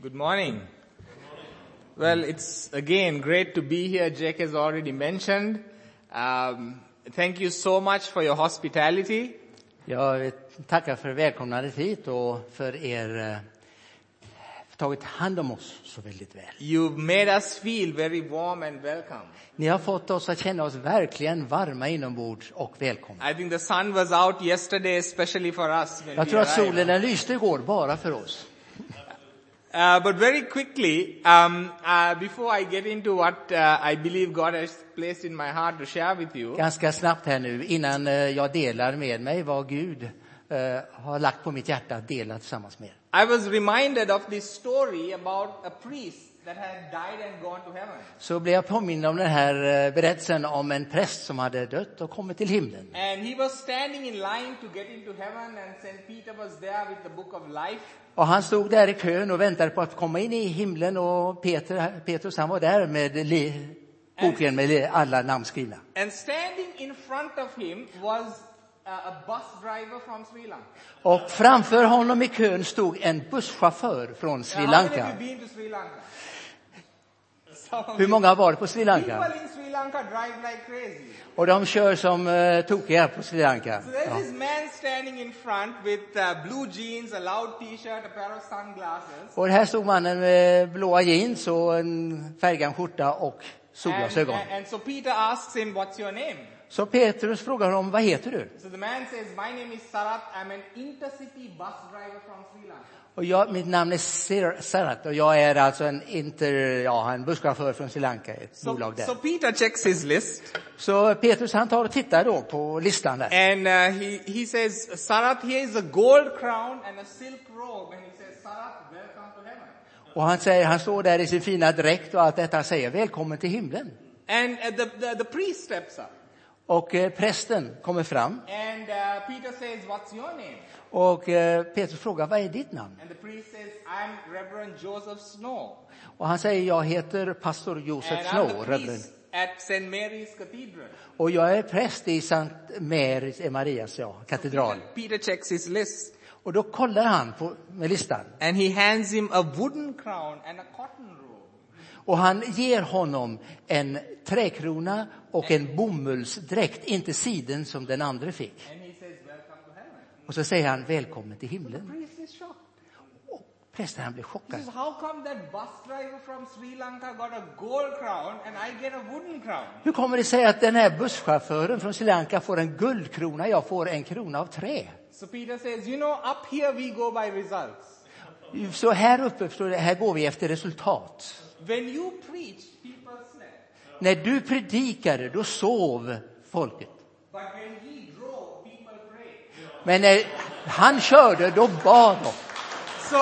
Good morning. Well, it's again great to be here. Jack has already mentioned. Thank you so much for your hospitality. Jag tackar för välkomnandet hit och för er tagit hand om oss så väldigt väl. You've made us feel very warm and welcome. Ni har fått oss att känna oss verkligen varma inombords och välkomna. I think the sun was out yesterday, especially for us. Jag tror att solen den lyste igår bara för oss. But very quickly, before I get into what I believe God has placed in my heart to share with you. Ganska snabbt här nu innan jag delar med mig vad Gud har lagt på mitt hjärta att dela tillsammans med er. I was reminded of this story about a priest that had died and gone to heaven. Så blev jag påmind om den här berättelsen om en präst som hade dött och kommit till himlen. And he was standing in line to get into heaven, and Saint Peter was there with the book of life. Och han stod där i kön och väntade på att komma in i himlen, och Petrus han var där med boken med alla namn skrivna. And standing in front of him was a bus driver from Sri Lanka. Och framför honom i kön stod en busschaufför från Sri Lanka. How many of you been to Sri Lanka? Hur många har varit på Sri Lanka? People in Sri Lanka drive like crazy. Och de kör som tokiga på Sri Lanka. So there's this man standing in front with blue jeans, a loud t-shirt, a pair of sunglasses. Och här stod mannen med blåa jeans och en färggrann skjorta och solglasögon. And so Peter asks him, what's your name? Så Petrus frågar honom, vad heter du? So the man says, my name is Sarat. I'm an intercity bus driver from Sri Lanka. Och mitt namn är Sarat och jag är alltså en busschaufför från Sri Lanka, ett bolag där. So Peter checks his list. Så Petrus han tar och tittar då på listan där. And he says, Sarat, here is a gold crown and a silk robe. And he says, Sarat, welcome to heaven. Och han står där i sin fina dräkt och allt detta, säger välkommen till himlen. And the priest steps up. Och prästen kommer fram. And Peter says, what's your name? Och Petrus frågar, vad är ditt namn? And the priest says, I'm Reverend Joseph Snow. Och han säger, jag heter pastor Joseph And Snow. I'm the priest at St. Mary's Cathedral. Och jag är präst i Sankt Marias katedral. Peter checks his list. Och då kollar han med listan. And he hands him a wooden crown and a cotton robe. Och han ger honom en träkrona och en bomullsdräkt, inte siden som den andra fick. And he says, welcome to heaven. Och så säger han, välkommen till The himlen. priest is shocked. Och prästen han blir He chockad. says, how come that bus driver from Sri Lanka got a gold crown and I get a wooden crown? Hur kommer det sig att den här busschauffören från Sri Lanka får en guldkrona, jag får en krona av trä? So Peter says, you know, up here we go by results. Så här uppe, förstår du, här går vi efter resultat. When you preach, people slept. När du predikade, då sov folket. But when he drove, people prayed. Men när han körde, då bad de. So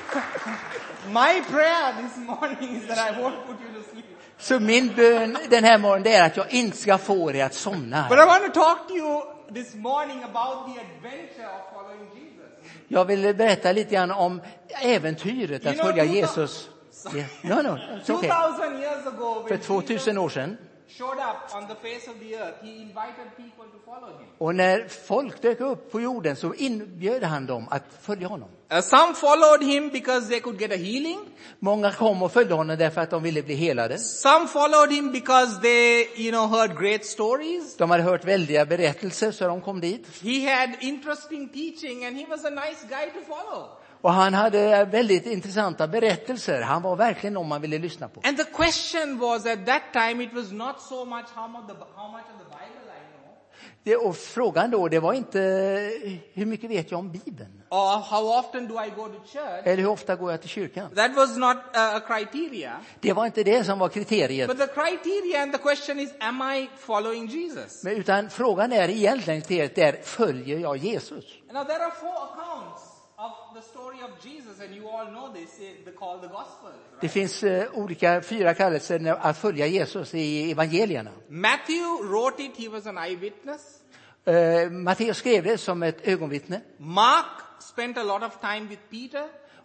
my prayer this morning is that I won't put you to sleep. Så min bön den här morgonen är att jag inte ska få dig att somna. But I want to talk to you this morning about the adventure of following Jesus. Jag vill berätta lite grann om äventyret att följa Jesus. It's okay. 2000 years ago, För when 2000 år sedan. showed up on the face of the earth, he invited people to follow him. Och när folk dök upp på jorden så inbjöd han dem att följa honom. Some followed him because they could get a healing. Många kom och följde honom därför att de ville bli helade. Some followed him because they, heard great stories. De hade hört väldiga berättelser så de kom dit. He had interesting teaching and he was a nice guy to follow. Och han hade väldigt intressanta berättelser. Han var verkligen någon man ville lyssna på. And the question was at that time, it was not so much how much of the Bible I know. Och frågan då, det var inte hur mycket vet jag om Bibeln? Or how often do I go to church? Eller hur ofta går jag till kyrkan? That was not a criteria. Det var inte det som var kriteriet. But the criteria and the question is, am I following Jesus? Men utan frågan är egentligen där följer jag Jesus? Now there are 4 accounts of the story of Jesus, and you all know this, they call the Gospels. Right? Det finns olika 4 kallelser att följa Jesus i evangelierna. Matthew wrote it, he was an eyewitness. Matteus skrev det som ett ögonvittne. Mark spent a lot of time with Peter.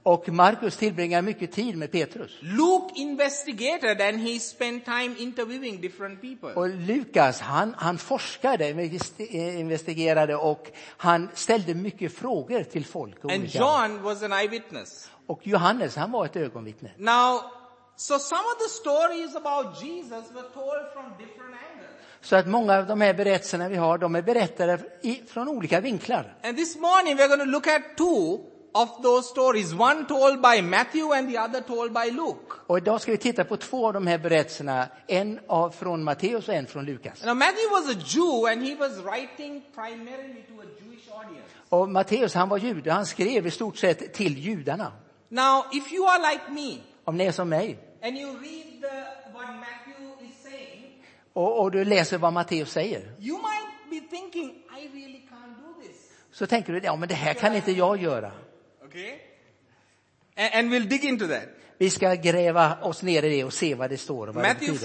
Och Markus tillbringar mycket tid med Petrus. Luke investigated and he spent time interviewing different people. Och Lukas, han forskade, investigerade och han ställde mycket frågor till folk. And John was an eyewitness. Och Johannes, han var ett ögonvittne. Now, so some of the stories about Jesus were told from different angles. Så att många av de här berättelserna vi har, de är berättade från olika vinklar. And this morning we're going to look at two of those stories, one told by Matthew and the other told by Luke. Och idag ska vi titta på två av de här berättelserna, en från Matteus och en från Lukas. Now Matthew was a Jew and he was writing primarily to a Jewish audience. Och Matteus, han var jude, han skrev i stort sett till judarna. Now if you are like me Om ni är som mig and you read what Matthew is saying, och du läser vad Matteus säger, you might be thinking, I really can't do this. så tänker du, ja men det här kan inte jag göra. Okay? And we'll dig into that. Vi ska gräva oss ner i det och se vad det står. Vad Matthew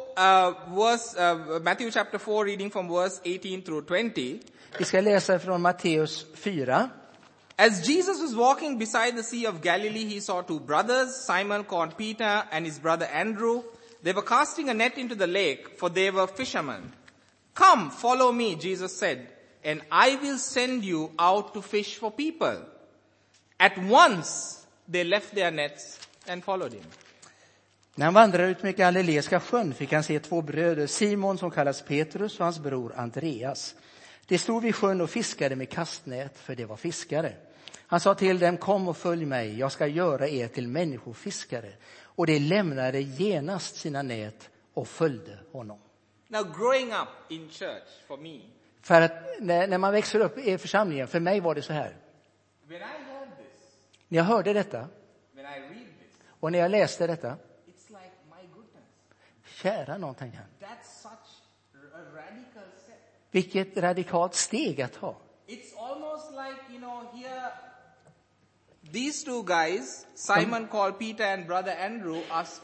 4, Matthew chapter 4, reading from verse 18 through 20. Vi ska läsa från Matteus 4. As Jesus was walking beside the Sea of Galilee, he saw two brothers, Simon called Peter and his brother Andrew. They were casting a net into the lake, for they were fishermen. Come, follow me, Jesus said, and I will send you out to fish for people. At once they left their nets and followed him. När han vandrade ut med Galileiska sjön fick han se två bröder, Simon som kallas Petrus och hans bror Andreas. De stod vid sjön och fiskade med kastnät, för det var fiskare. Han sa till dem, kom och följ mig, jag ska göra er till människofiskare. Och de lämnade genast sina nät och följde honom. Now growing up in church for me, För att när man växer upp i församlingen, för mig var det så här. when I heard this, När jag hörde detta when I read this, och när jag läste detta, it's like, my goodness, kära någonting här. that's such a radical step. Vilket radikalt steg att ta. It's almost like, here, these two guys, Simon called Peter and brother Andrew,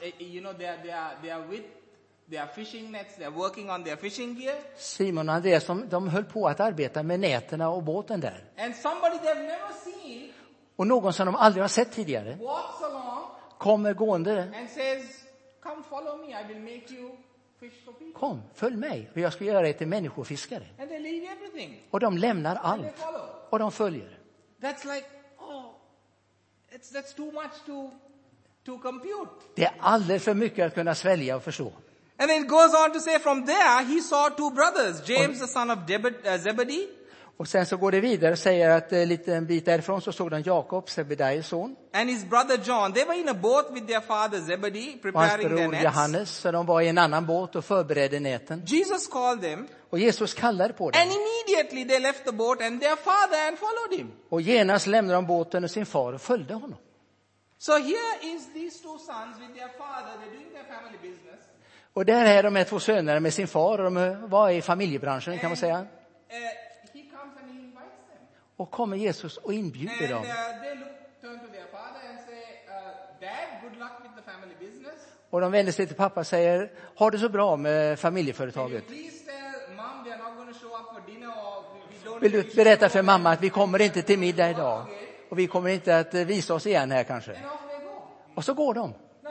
they are with their fishing nets, they're working on their fishing gear. Simon och Andreas, de höll på att arbeta med nätena och båten där. And somebody they've never seen Och någon som de aldrig har sett tidigare walks along kommer gående. and says, come follow me, I will make you fish for people. Kom, följ mig och jag ska göra dig till människofiskare. And they leave everything. Och de lämnar And they allt follow. och de följer. That's like, that's too much to compute. Det är alldeles för mycket att kunna svälja och förstå. And then it goes on to say, from there he saw two brothers, James the son of Zebedee. Och sen så går det vidare och säger att lite en bit därifrån så stod den Jakob, Sebedaios son, And his brother John, they were in a boat with their father Zebedee, och hans preparing their bror nets. Johannes, så de var i en annan båt och förberedde näten. Jesus called them, Och Jesus kallade på and dem. immediately they left the boat and their father and followed him. Och genast lämnade de båten och sin far och följde honom. So here is these two sons with their father, they're doing their family business. Och där är de här två sönerna med sin far och de var i familjebranschen kan man säga. He comes and he invites them. Och kommer Jesus och inbjuder dem. And they turn to their father and say, Dad, good luck with the family business. Och de vänder sig till pappa och säger, har det så bra med Can you familjeföretaget? please tell mom we are not going to show up for dinner or we don't. Vill du berätta för mamma att vi kommer inte till middag idag? Och vi kommer inte att visa oss igen här kanske. And off they go. Och så går de. Now,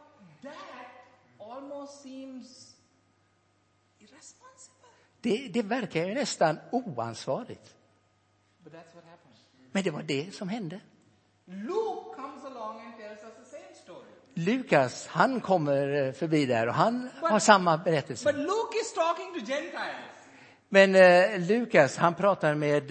that almost seems irresponsible. Det verkar ju nästan oansvarigt. But that's what happened. Men det var det som hände. Luke comes along and tells us the same story. Lukas, han kommer förbi där och han har samma berättelse. But Luke is talking to Gentiles. Men Lukas, han pratar med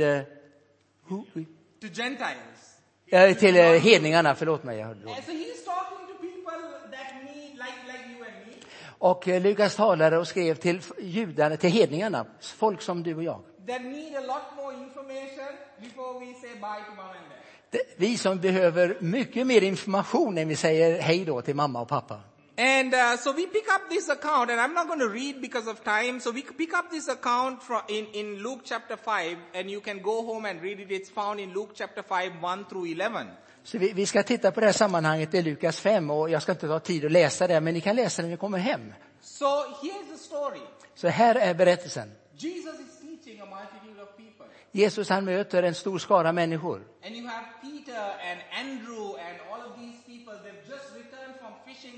To Gentiles. till hedningarna, förlåt mig. And so he's talking to people that need, like you and me. Och Lukas talade och skrev till judarna, till hedningarna, folk som du och jag. That need a lot more information before we say bye to mom and dad. Vi som behöver mycket mer information när vi säger hej då till mamma och pappa. And so we pick up this account, and I'm not going to read because of time. So we pick up this account from in Luke chapter 5, and you can go home and read it. It's found in Luke chapter 5, 1 through 11. Så vi ska titta på det här sammanhanget i Lukas 5 och jag ska inte ta tid att läsa det, men ni kan läsa det när ni kommer hem. So here's the story. Så här är berättelsen. Jesus is teaching a multitude of people. Jesus, han möter en stor skara människor. And you have Peter and Andrew and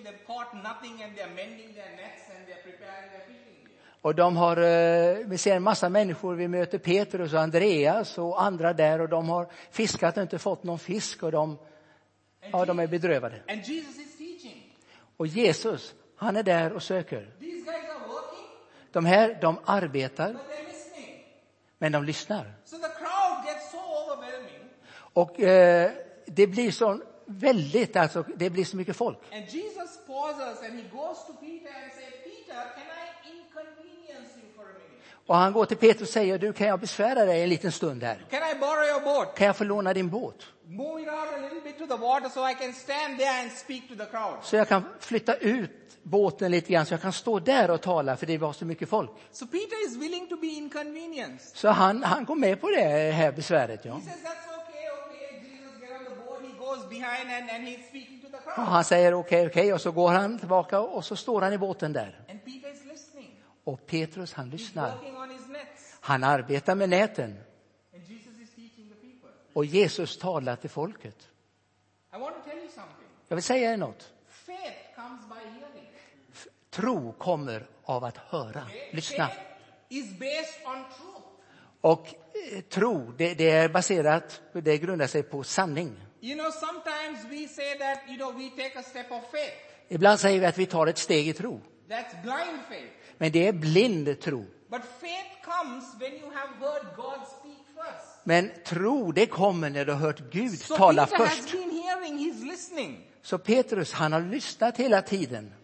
they've caught nothing and they're mending their nets and they're preparing their fishing gear. Och de har, vi ser en massa människor, vi möter Petrus och Andreas och andra där, och de har fiskat och inte fått någon fisk, och de är bedrövade. And Jesus is teaching. Och Jesus, han är där och söker. These guys are working, De här, de arbetar, but they're listening. men de lyssnar. So the crowd gets so overwhelming. Och det blir så väldigt, alltså det blir så mycket folk. And Jesus pauses and he goes to Peter and says, Peter, can I inconvenience you for a minute? Och han går till Petrus och säger, du, kan jag besvära dig en liten stund här? Can I borrow your boat? Kan jag få låna din båt? Move it out a little bit to the water so I can stand there and speak to the crowd. Så jag kan flytta ut båten lite grann så jag kan stå där och tala, för det var så mycket folk. So Peter is willing to be inconvenienced. Så han går med på det här besväret. Ja. He says, that's okay. Jesus get on the boat. He goes behind and he's speaking to the Och crowd. han säger okej, och så går han tillbaka och så står han i båten där. And Peter is listening. Och Petrus, han He's lyssnar. working on his nets. Han arbetar med näten. And Jesus is teaching the people. Och Jesus talar till folket. I want to tell you something. Jag vill säga er något. Faith comes by hearing. Tro kommer av att höra, lyssna. Faith is based on truth. Och tro, det är baserat, det grundar sig på sanning. You know, sometimes we say that, we take a step of faith. Ibland säger vi att vi tar ett steg i tro. That's blind faith. Men det är blind tro. But faith comes when you have heard God speak first. Men tro, det kommer när du har hört Gud So tala Peter först. has been hearing, he's listening. Så Petrus, han har lyssnat hela tiden.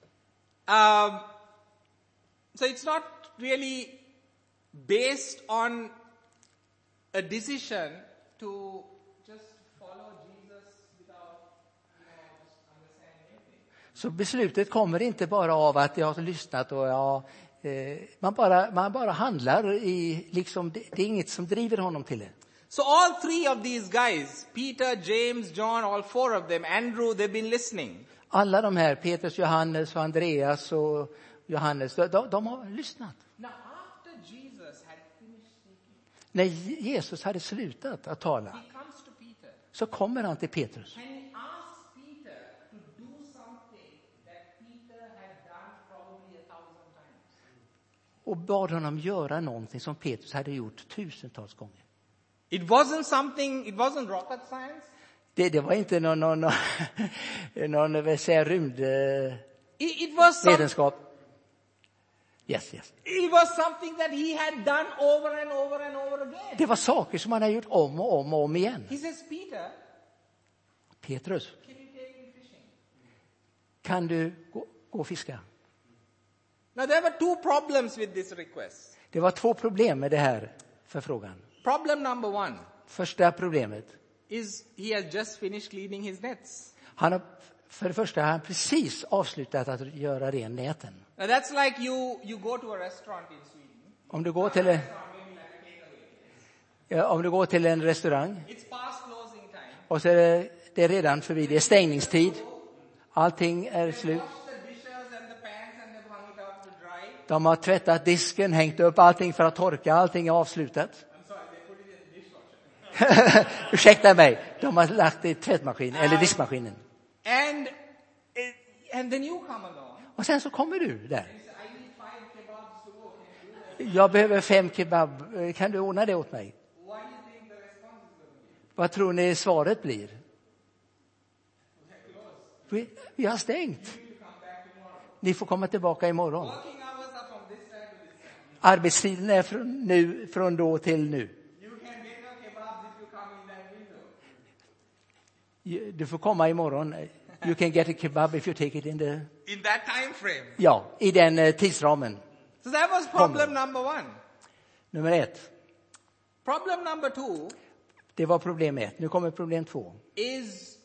So it's not really based on a decision to just follow Jesus without understanding anything. Så beslutet kommer inte bara av att jag har lyssnat och man bara handlar i, liksom, det är inget som driver honom till det. So all three of these guys, Peter, James, John, all four of them, Andrew, they've been listening. Alla de här, Petrus, Johannes och Andreas och Johannes, de har lyssnat. Now after Jesus had finished speaking, När Jesus hade slutat att tala, he comes to Peter så kommer han till Petrus. and he asks Peter to do something that Peter had done probably 1,000 times. Och bad honom göra någonting som Petrus hade gjort tusentals gånger. It wasn't rocket science. Det var inte någon vill säga, It was vetenskap. Yes. It was something that he had done over and over and over again. Det var saker som han har gjort om och om igen. He says, Peter, Petrus, can you take me fishing? kan du gå och fiska? Now there were two problems with this request. Det var två problem med det här förfrågan. Problem number one Första problemet. is he has just finished cleaning his nets. Han har, för det första har han precis avslutat att göra ren näten. Now that's like you go to a restaurant in Sweden. Om du går till en restaurang It's past closing time. och så är det redan förbi, det är stängningstid. Allting är slut. Wash the dishes and the pans and they've hung it up to dry. De har tvättat disken, hängt upp allting för att torka, allting är avslutat. I'm sorry, they put it in the dishwasher. Ursäkta mig, de har lagt det i tvättmaskinen eller diskmaskinen. And then you come along. Och sen så kommer du där. You say, I need 5 kebabs to go. Can you do that? Jag behöver 5 kebab, kan du ordna det åt mig? What do you think the response is going to be? Vad tror ni svaret blir? Vi har stängt. Ni får komma tillbaka imorgon. Working hours are from this time to this time. Arbetstiden är från då till nu. You can get no kebabs if you come in that window. Du får komma imorgon. You can get a kebab if you take it in the... In that time frame. Ja, i den tidsramen. So that was problem number one. Nummer 1. Problem number 2 Det var problem 1. Nu kommer problem 2. is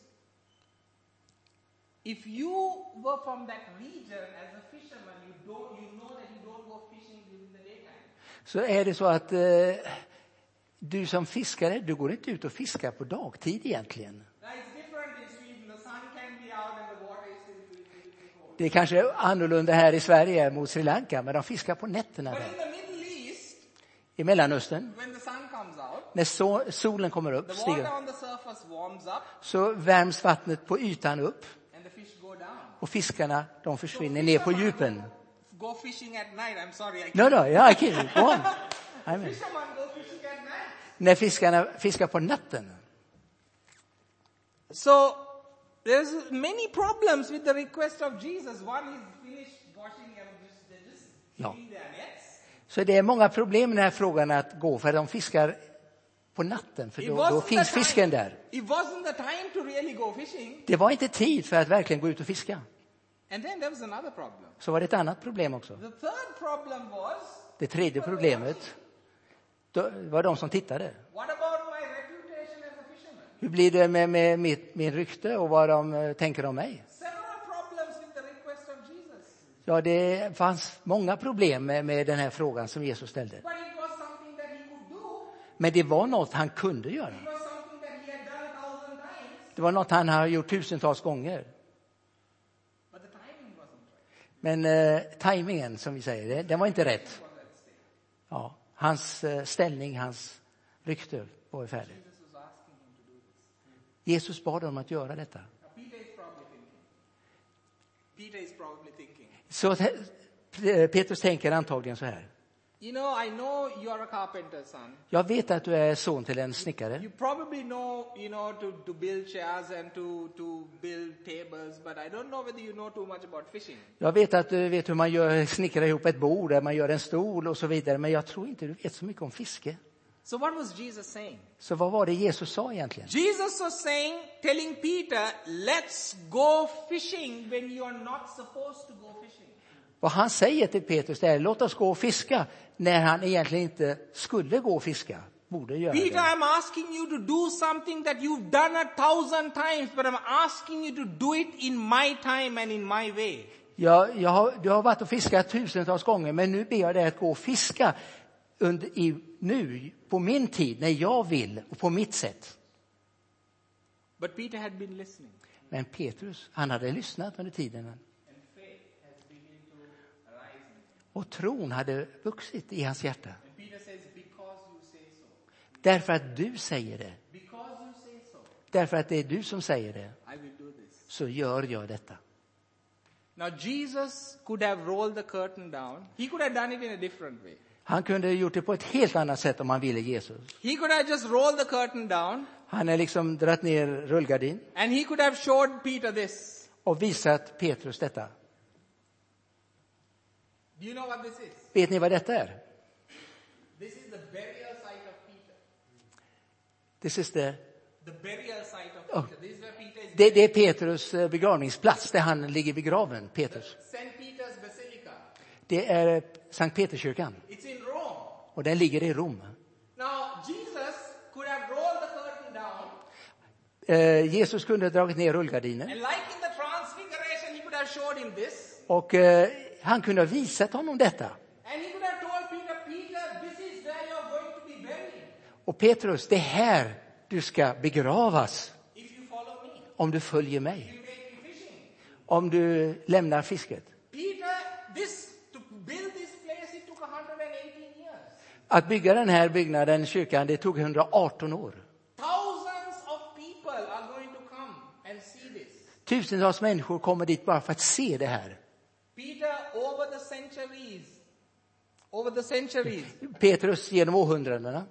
if you were from that region as a fisherman, you know that you don't go fishing during the daytime. Så är det så att du som fiskare, du går inte ut och fiskar på dagtid egentligen. Now it's different in Sweden. The sun can be out and the water is still cold. Det är kanske annorlunda här i Sverige mot Sri Lanka, men de fiskar på nätterna But där. in the Middle East, I Mellanöstern, when the sun comes out, när solen kommer upp, the water on the surface warms up så värms vattnet på ytan upp and the fish go down. Och fiskarna, de försvinner ner på djupen. Go fishing at night. I'm sorry. No, yeah, I can't. Go on. Amen. Fishermen go fishing at night. När fiskarna fiskar på natten. So there's many problems with the request of Jesus. One is finished washing and just giving their nets. Så det är många problem med den här frågan att gå, för de fiskar på natten, för då finns fisken där. It wasn't the time to really go fishing. Det var inte tid för att verkligen gå ut och fiska. And then there was another problem. Så var det ett annat problem också. The third problem was, Det tredje problemet var de som tittade. what about my reputation as a fisherman? Hur blir det med min rykte och vad de tänker om mig? Several problems with the request of Jesus. Ja, det fanns många problem med den här frågan som Jesus ställde. But it was something that he could do. Men det var något han kunde göra. It was something that he had done 1,000 times. Det var något han har gjort tusentals gånger. But the timing wasn't right. Men tajmingen, som vi säger, den var inte rätt. Ja, hans ställning, hans rykte var färdig. Jesus bad dem att göra detta. Peter is probably thinking. Så Petrus tänker antagligen så här. You know, I know you are a carpenter's son. Jag vet att du är son till en snickare. You probably know, to build chairs and to build tables, but I don't know whether you know too much about fishing. Jag vet att du vet hur man snickrar ihop ett bord, där man gör en stol och så vidare, men jag tror inte du vet så mycket om fiske. So what was Jesus saying? Så vad var det Jesus sa egentligen? Jesus was telling Peter, let's go fishing when you are not supposed to go fishing. Vad han säger till Petrus är, låt oss gå och fiska, när han egentligen inte skulle gå och fiska. Borde göra Peter, det. I'm asking you to do something that you've done 1,000 times, but I'm asking you to do it in my time and in my way. Du har varit och fiskat tusentals gånger, men nu ber jag dig att gå och fiska nu på min tid, när jag vill och på mitt sätt. But Peter had been listening. Men Petrus, han hade lyssnat under tiden. Och tron hade vuxit i hans hjärta. Peter says, because you say so. Därför att du säger det. Because you say so. Därför att det är du som säger det. I will do this. Så gör jag detta. Now Jesus could have rolled the curtain down. He could have done it in a different way. Han kunde ha gjort det på ett helt annat sätt om han ville, Jesus. He could have just rolled the curtain down. Han har liksom dratt ner rullgardin And he could have showed Peter this. och visat Petrus detta. Do you know what this is? Vet ni vad detta är? This is the burial site of Peter. This is the burial site of Peter. This is where Peter is. Det är Petrus begravningsplats där han ligger begraven, Petrus. St. Peter's Basilica. Det är Sankt Peterskyrkan It's in Rome. och den ligger i Rom. Now Jesus could have rolled the curtain down. Jesus kunde ha dragit ner rullgardinen And like in the transfiguration, he could have showed him this. och han kunde ha visat honom detta. And he could have told Peter, this is where you're going to be buried. Och Petrus, det är här du ska begravas If you follow me. om du följer mig. You take me fishing. Om du lämnar fisket. Peter, to build this place, it took 118 years. Att bygga den här byggnaden, kyrkan, det tog 118 år. Thousands of people are going to come and see this. Tusentals människor kommer dit bara för att se det här. Peter, over the centuries, Petrus genom århundradena.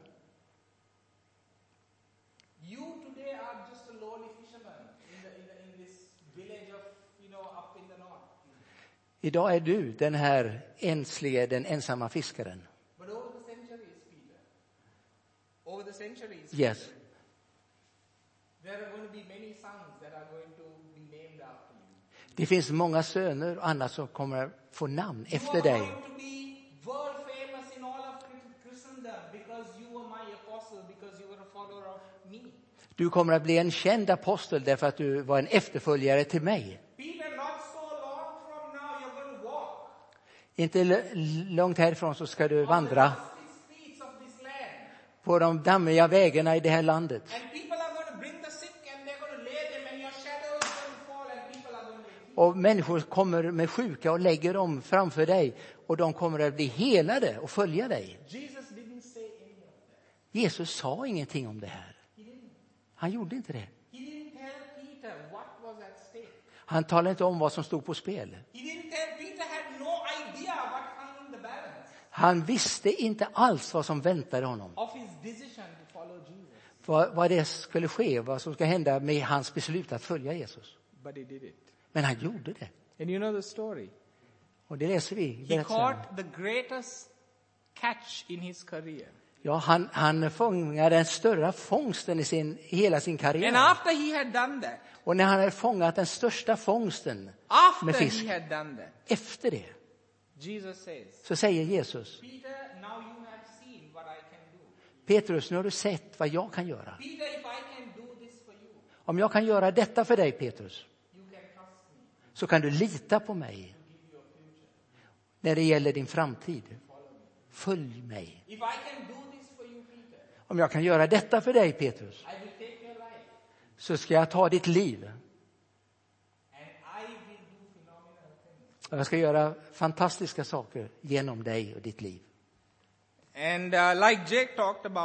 you today are just a lowly fisherman in this village of, up in the north. Idag är du den här enslige, den ensamma fiskaren. But over the centuries, Peter, over the centuries, Yes. there are going to be many sons that are going to be named after you. Det finns många söner och annat som kommer få namn You efter are dig. going to be world famous in all of Christendom because you were my apostle, because you were a follower of me. Du kommer att bli en känd apostel därför att du var en efterföljare till mig. Peter, not so long from now, you're going to walk Inte långt härifrån så ska du vandra on the streets of this land. på de dammiga vägarna i det här landet. And people are going to bring the sick and they're going to lay them and your shadow is going to fall and people are going to be healed. Och människor kommer med sjuka och lägger dem framför dig. Och de kommer att bli helade och följa dig. Jesus didn't say any of that. Jesus sa ingenting om det här. Han gjorde inte det. He didn't tell Peter what was at stake. Han talade inte om vad som stod på spel. He didn't tell. Peter had no idea what hung in the balance Han visste inte alls vad som väntade honom. of his decision to follow Jesus. Vad det skulle ske, vad som ska hända med hans beslut att följa Jesus. But he did it. Men han gjorde det. And you know the story. Och det läser vi. i He berättelsen. caught the greatest catch in his career. Ja, han fångade den större fångsten i hela sin And karriär. after he had done that, Och när han hade fångat den största fångsten med after fisk, he had done that, efter det, Jesus says, så säger Jesus: Peter, now you have seen what I can do. Petrus, nu har du sett vad jag kan göra. Peter, if I can do this for you, Om jag kan göra detta för dig, Petrus, you can trust me. så kan du lita på mig när det gäller din framtid. Följ mig. If I can do this for you, Peter, Om jag kan göra detta för dig, Petrus, I will take your life så ska jag ta ditt liv. and I will do phenomenal things. Och jag ska göra fantastiska saker genom dig och ditt liv. And like Jake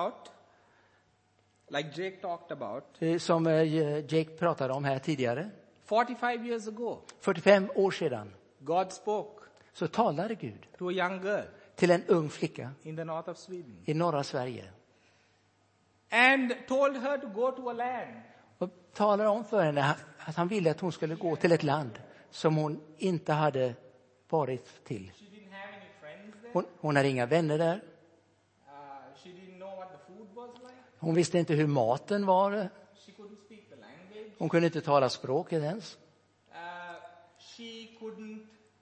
talked about, Som Jake pratade om här tidigare. 45 years ago, 45 år sedan God spoke så talade Gud to a young girl till en ung flicka in the north of Sweden i norra Sverige. and told her to go to a land Och talade om för henne att han ville att hon skulle gå till ett land som hon inte hade varit till. she didn't have any friends there. Hon hade inga vänner där. She didn't know what the food was like. Hon visste inte hur maten var. She couldn't speak the language. Hon kunde inte tala språket ens. She couldn't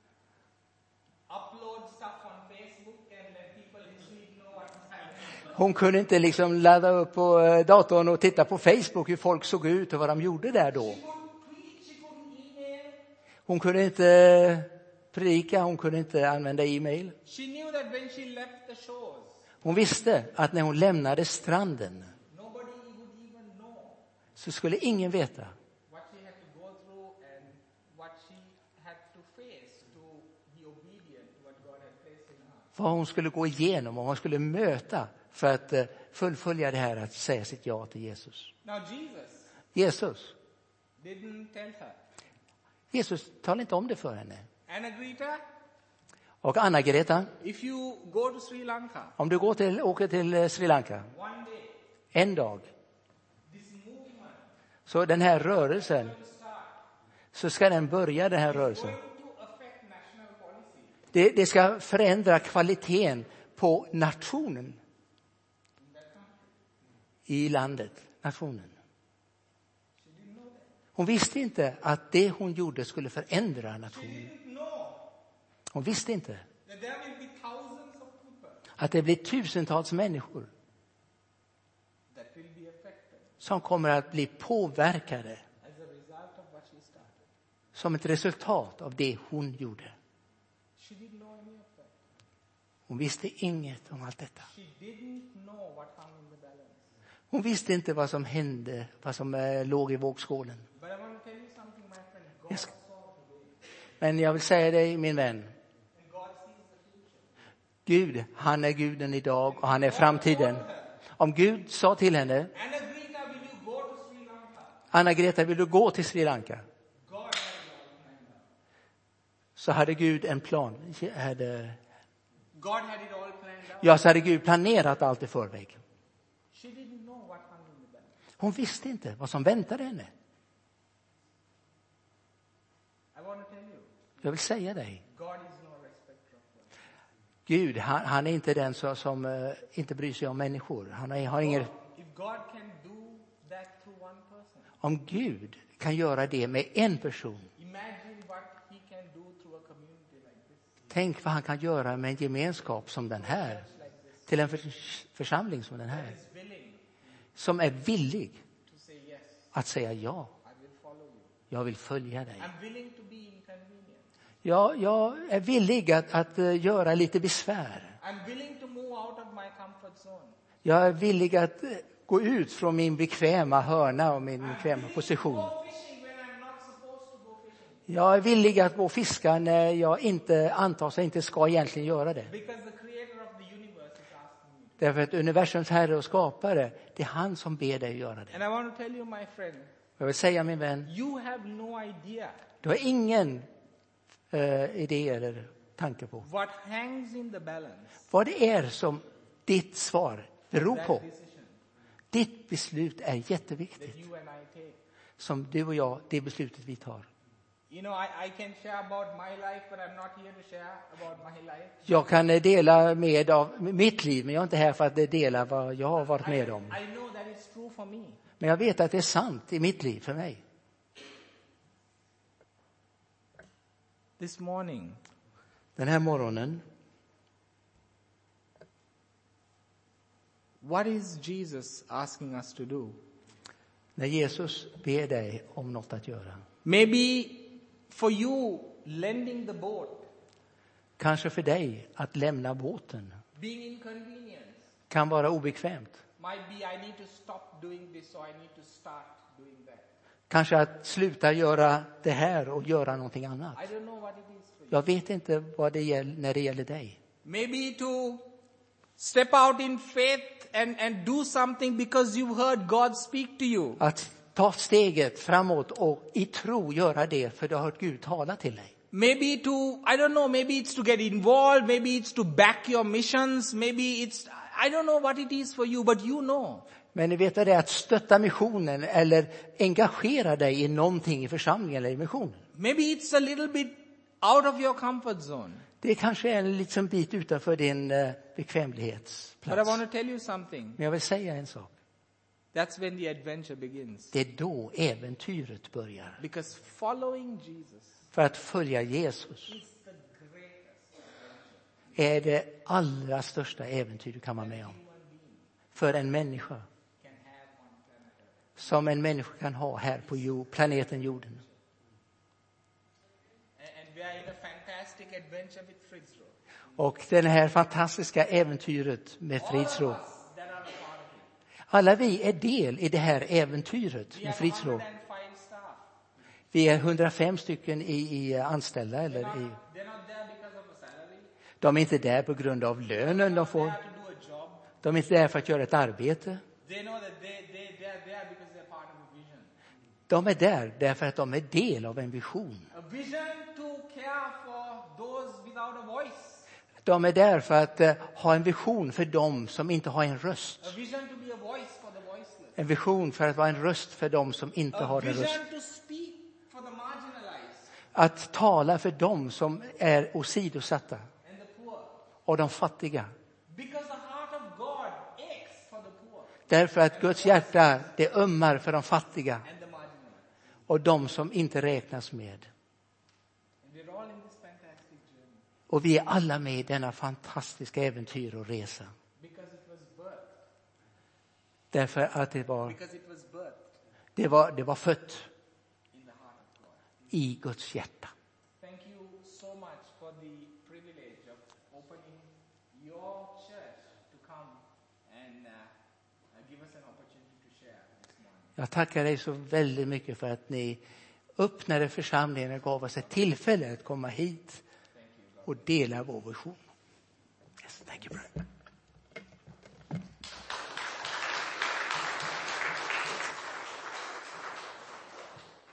upload stuff on Facebook and let people in Sweden know what was happening. Hon kunde inte liksom ladda upp på datorn och titta på Facebook hur folk såg ut och vad de gjorde där då. She couldn't tweet, she couldn't email. Hon kunde inte predika, hon kunde inte använda e-mail. She knew that when she left the shores, Hon visste att när hon lämnade stranden nobody would even know så skulle ingen veta what she had to go through and what she had to face to be obedient to what God had placed in her. vad hon skulle gå igenom och vad hon skulle möta för att fullfölja det här att säga sitt ja till Jesus. Now Jesus didn't tell her. Jesus talade inte om det för henne. Anna-Greta, Och Anna-Greta, if you go to Sri Lanka om du åker till Sri Lanka one day, en dag, this movement så den här rörelsen, så ska den börja, den här rörelsen. going to affect national policy. Det ska förändra kvaliteten på nationen. I landet, nationen. Hon visste inte att det hon gjorde skulle förändra nationen. Didn't know Hon visste inte that there will be thousands of people att det blir tusentals människor that will be affected som kommer att bli påverkade as a result of what she started. som ett resultat av det hon gjorde. She didn't know any of that. Hon visste inget om allt detta. She didn't know what hung in the balance. Hon visste inte vad som hände, vad som låg i vågskålen. But I want to tell you something, my friend. God Yes. saw today, Men jag vill säga dig, min vän, and God sees the future. Gud, han är Guden idag och han är framtiden. Om Gud sa till henne, Anna-Greta, will you go to Sri Lanka? Anna-Greta, vill du gå till Sri Lanka? God had it all planned out. Så hade Gud en plan. God had it all planned out. Ja, så hade Gud planerat allt i förväg. She didn't know what hung in the balance. Hon visste inte vad som väntade henne. I want to tell you, Jag vill säga dig, God is no respecter of persons. Gud, han är inte den som inte bryr sig om människor. Han har ingen. If God can do that through one person, Om Gud kan göra det med en person, imagine what he can do through a community like this. tänk vad han kan göra med en gemenskap som den här. Till en församling som den här. Is willing Som är villig to say yes, att säga ja. I will follow you. Jag vill följa dig. I'm willing to be inconvenient. Jag är villig att göra lite besvär. I'm willing to move out of my comfort zone. Jag är villig att gå ut från min bekväma hörna och min bekväma position. Go fishing when I'm not supposed to go fishing. Jag är villig att gå och fiska när jag inte antas inte ska egentligen göra det. Because the creator of the universe is asking me. Därför att universums herre och skapare, det är han som ber dig göra det. And I want to tell you, my friend, Jag vill säga, min vän, You have no idea du har ingen idé eller tanke på what hangs in the balance. vad det är som ditt svar beror på. That decision Ditt beslut är that jätteviktigt. you and I take. Som du och jag, det beslutet vi tar. You know, I can share about my life, but I'm not here to share about my life. Jag kan dela med av mitt liv, men jag är inte här för att dela vad jag har varit med om. I know that it's true for me. Men jag vet att det är sant i mitt liv, för mig. This morning, Den här morgonen, what is Jesus asking us to do? när Jesus ber dig om något att göra. Maybe for you, lending the boat, Kanske för dig att lämna båten being inconvenienced, kan vara obekvämt. might be I need to stop doing this, so I need to start doing that. Kanske att sluta göra det här och göra någonting annat. I don't know what it is for you. Jag vet inte vad det gäller när det gäller dig. Maybe to step out in faith and do something because you've heard God speak to you. Att ta steget framåt och i tro göra det för du har hört Gud tala till dig. Maybe to, I don't know, maybe it's to get involved, maybe it's to back your missions, maybe it's, I don't know what it is for you, but you know. Men ni vet det är att stötta missionen eller engagera dig i någonting i församlingen eller i missionen. Maybe it's a little bit out of your comfort zone. Det kanske är en liten bit utanför din But I bekvämlighetsplats. want to tell you something. Men jag vill säga en sak. That's when the adventure begins. Det är då äventyret börjar. Because following Jesus För att följa Jesus is the greatest är det allra största äventyr du kan vara med om. För en människa. can have on planet Earth. Som en människa kan ha här på planeten jorden. And we are in a fantastic adventure with Fritzl. Och den här fantastiska äventyret med Fritzl. That are a part of it. Alla vi är del i det här äventyret We med have Fritzl. 105 staff. Vi är 105 stycken i anställda. Eller They're not there because of a salary. de är inte där på grund av lönen de får. They have to do a job. De är inte där för att göra ett arbete. They know that they're there because they're part of a vision. De är där därför att de är del av en vision. A vision to care for those without a voice. De är där för att ha en vision för dem som inte har en röst. A vision to be a voice for the voiceless. En vision för att vara en röst för dem som inte A har en röst. vision to speak for the marginalized Att tala för dem som är åsidosatta and the poor. och de fattiga. Because the heart of God aches for the poor Därför att Guds hjärta, det ömmar för de fattiga and the marginalized. och de som inte räknas med. And we're all in this fantastic journey Och vi är alla med i denna fantastiska äventyr och resa. because it was birthed. Därför att det var fött In the heart of God. i Guds hjärta. Thank you so much for the privilege of opening your church to come and give us an opportunity to share this morning. Jag tackar dig så väldigt mycket för att ni öppnade församlingen och gav oss ett tillfälle att komma hit och dela vår vision. Yes, thank you, brother.